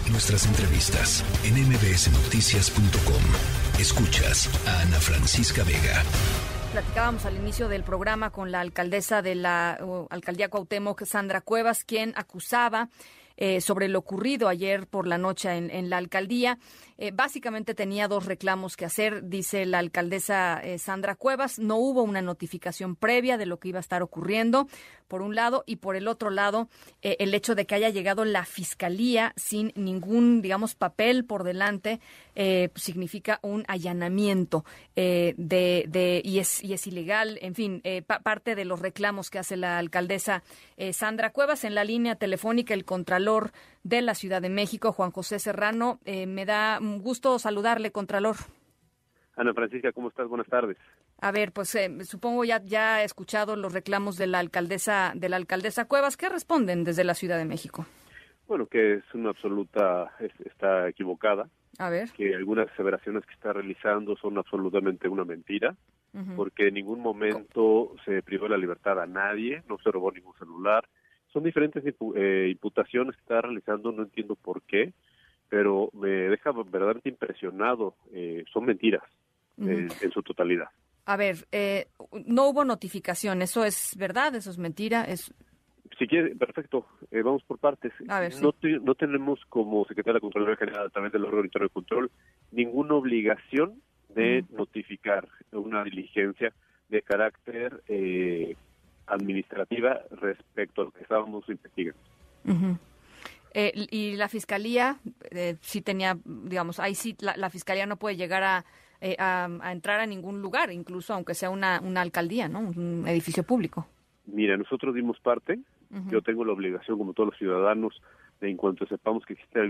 Nuestras entrevistas en mbsnoticias.com. Escuchas a Ana Francisca Vega. Platicábamos al inicio del programa con la alcaldesa de la alcaldía Cuauhtémoc, Sandra Cuevas, quien acusaba sobre lo ocurrido ayer por la noche en la alcaldía. Básicamente tenía dos reclamos que hacer, dice la alcaldesa Sandra Cuevas. No hubo una notificación previa de lo que iba a estar ocurriendo, por un lado, y por el otro lado, el hecho de que haya llegado la fiscalía sin ningún, papel por delante, significa un allanamiento y es ilegal. En fin, parte de los reclamos que hace la alcaldesa Sandra Cuevas. En la línea telefónica, el contralor de la Ciudad de México, Juan José Serrano. Me da gusto saludarle, contralor. Ana Francisca, ¿cómo estás? Buenas tardes. A ver, pues supongo ya he escuchado los reclamos de la alcaldesa Cuevas. ¿Qué responden desde la Ciudad de México? Bueno, que es una absoluta, está equivocada. A ver. Que algunas aseveraciones que está realizando son absolutamente una mentira, porque en ningún momento se privó de la libertad a nadie, no se robó ningún celular. Son diferentes imputaciones que está realizando, no entiendo por qué, pero me deja verdaderamente impresionado. Son mentiras en su totalidad. A ver, no hubo notificación, ¿eso es verdad? ¿Eso es mentira? Si quiere, perfecto, vamos por partes. A ver, sí. No tenemos como Secretaría de la Contraloría General, a través del órgano interno de control, ninguna obligación de notificar una diligencia de carácter administrativa respecto a lo que estábamos investigando. Y la Fiscalía sí tenía, ahí sí la Fiscalía no puede llegar a entrar a ningún lugar, incluso aunque sea una alcaldía, ¿no? Un edificio público. Mira, nosotros dimos parte. Yo tengo la obligación, como todos los ciudadanos, de en cuanto sepamos que existe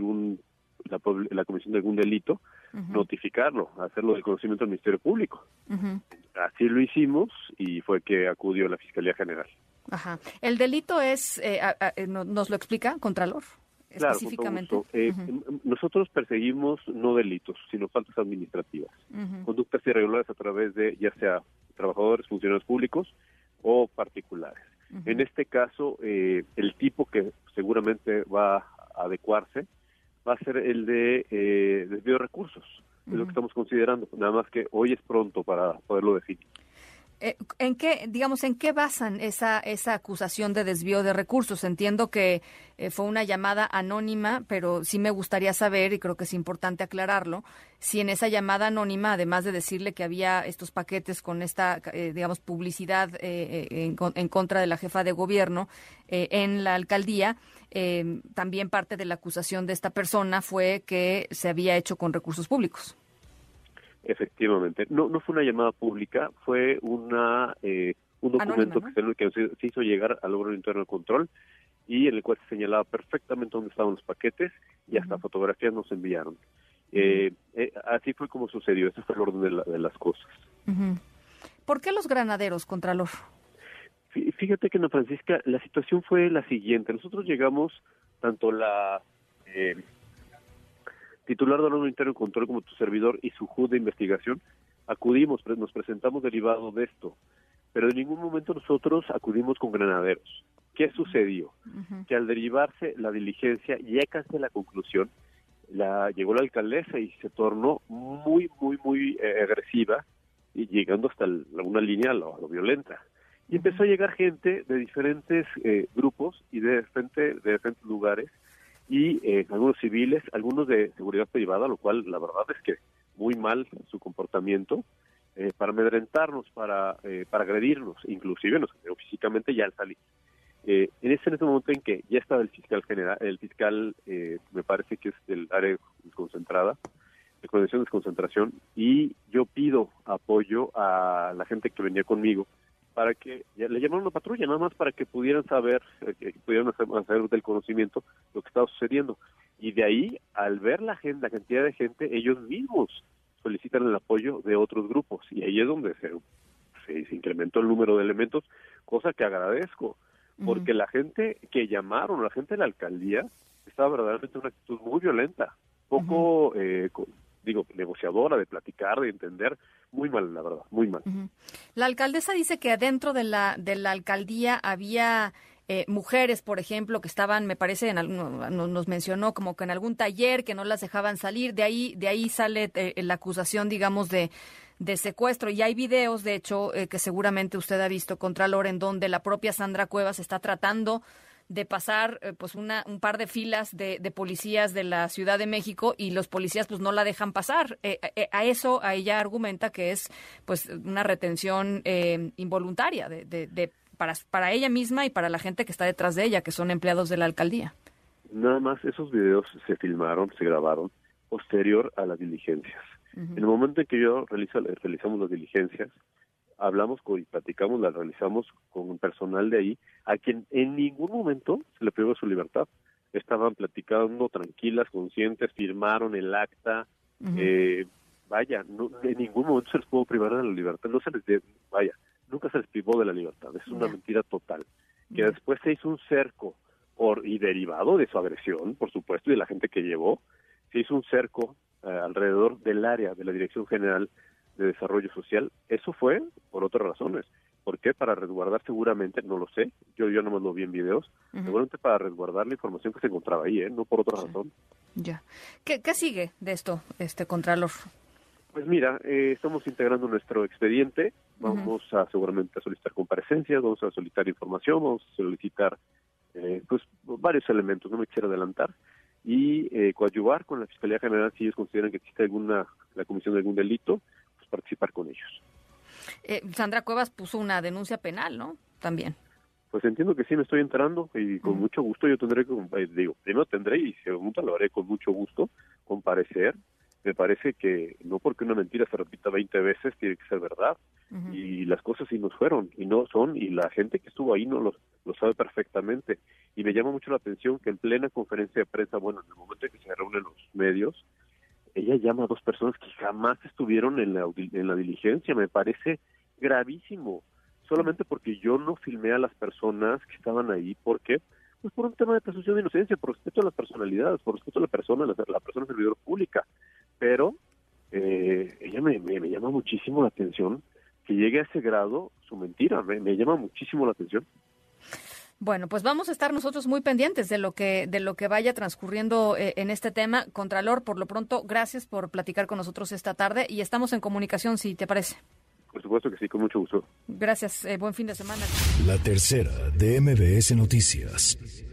la comisión de algún delito, notificarlo, hacerlo del conocimiento del Ministerio Público. Así lo hicimos y fue que acudió la Fiscalía General. Ajá. El delito es, ¿nos lo explica, contralor? Claro, Específicamente. Nosotros perseguimos no delitos, sino faltas administrativas, conductas irregulares a través de ya sea trabajadores, funcionarios públicos o particulares. En este caso, el tipo que seguramente va a adecuarse va a ser el de desvío de recursos. Es lo que estamos considerando, nada más que hoy es pronto para poderlo definir. ¿En qué basan esa acusación de desvío de recursos? Entiendo que fue una llamada anónima, pero sí me gustaría saber, y creo que es importante aclararlo, si en esa llamada anónima, además de decirle que había estos paquetes con esta, publicidad en contra de la jefa de gobierno en la alcaldía, también parte de la acusación de esta persona fue que se había hecho con recursos públicos. Efectivamente, no fue una llamada pública, fue un documento anónima, ¿no? que se hizo llegar al órgano interno de control y en el cual se señalaba perfectamente dónde estaban los paquetes y hasta fotografías nos enviaron. Así fue como sucedió, ese fue el orden de las cosas. ¿Por qué los granaderos, contralor? Fíjate que, Ana Francisca, la situación fue la siguiente. Nosotros llegamos, tanto la titular del órgano interno de control como tu servidor y su juez de investigación, acudimos, nos presentamos derivado de esto, pero en ningún momento nosotros acudimos con granaderos. ¿Qué sucedió? Que al derivarse la diligencia, ya casi a la conclusión, llegó la alcaldesa y se tornó muy agresiva, y llegando hasta una línea a lo violenta. Y empezó a llegar gente de diferentes grupos y de diferentes lugares, y algunos civiles, algunos de seguridad privada, lo cual la verdad es que muy mal su comportamiento, para amedrentarnos, para agredirnos, inclusive nos agredió físicamente ya al salir. En ese momento en que ya estaba el fiscal general, me parece que es del área desconcentrada, de coordinación de desconcentración, y yo pido apoyo a la gente que venía conmigo para que le llamaron una patrulla, nada más para que pudieran saber, hacer del conocimiento lo que estaba sucediendo. Y de ahí, al ver la cantidad de gente, ellos mismos solicitan el apoyo de otros grupos. Y ahí es donde se incrementó el número de elementos, cosa que agradezco, porque la gente que llamaron, la gente de la alcaldía, estaba verdaderamente en una actitud muy violenta, poco negociadora, de platicar, de entender, muy mal, la verdad, muy mal. La alcaldesa dice que adentro de la alcaldía había mujeres, por ejemplo, que estaban, me parece, nos mencionó como que en algún taller que no las dejaban salir. De ahí sale la acusación, digamos, de secuestro. Y hay videos, de hecho, que seguramente usted ha visto, Contralor, en donde la propia Sandra Cuevas está tratando de pasar pues un par de filas de policías de la Ciudad de México, y los policías pues no la dejan pasar. A ella argumenta que es pues una retención involuntaria para ella misma y para la gente que está detrás de ella, que son empleados de la alcaldía. Nada más, esos videos se filmaron, se grabaron posterior a las diligencias. Uh-huh. En el momento en que realizamos las diligencias, hablamos y platicamos, las realizamos con personal de ahí, a quien en ningún momento se le privó su libertad. Estaban platicando tranquilas, conscientes, firmaron el acta. Uh-huh. En ningún momento se les pudo privar de la libertad. Nunca se les privó de la libertad. Es una mentira total. Que después se hizo un cerco y derivado de su agresión, por supuesto, y de la gente que llevó, se hizo un cerco alrededor del área de la Dirección General de Desarrollo Social. Eso fue por otras razones. ¿Por qué? Para resguardar seguramente, no lo sé, yo no me lo vi en videos, uh-huh. Seguramente para resguardar la información que se encontraba ahí, no por otra razón. Ya. ¿Qué sigue de esto, Contralor? Pues mira, estamos integrando nuestro expediente, vamos uh-huh. seguramente a solicitar comparecencias, vamos a solicitar información, vamos a solicitar pues varios elementos, no me quisiera adelantar, y coadyuvar con la Fiscalía General si ellos consideran que existe la comisión de algún delito, participar con ellos. Sandra Cuevas puso una denuncia penal, ¿no? También. Pues entiendo que sí, me estoy enterando y con mucho gusto yo tendré primero tendré y segundo lo haré con mucho gusto, comparecer. Me parece que no porque una mentira se repita 20 veces tiene que ser verdad. Uh-huh. Y las cosas sí nos fueron y no son, y la gente que estuvo ahí no lo sabe perfectamente. Y me llama mucho la atención que en plena conferencia de prensa, en el momento en que se reúnen los medios, ella llama a dos personas que jamás estuvieron en la diligencia. Me parece gravísimo, solamente porque yo no filmé a las personas que estaban ahí. ¿Por qué? Pues por un tema de presunción de inocencia, por respeto a las personalidades, por respeto a la persona servidora pública. Pero ella me llama muchísimo la atención que llegue a ese grado su mentira, me llama muchísimo la atención. Bueno, pues vamos a estar nosotros muy pendientes de lo que vaya transcurriendo en este tema. Contralor, por lo pronto, gracias por platicar con nosotros esta tarde y estamos en comunicación, si te parece. Por supuesto que sí, con mucho gusto. Gracias, buen fin de semana. La tercera de MBS Noticias.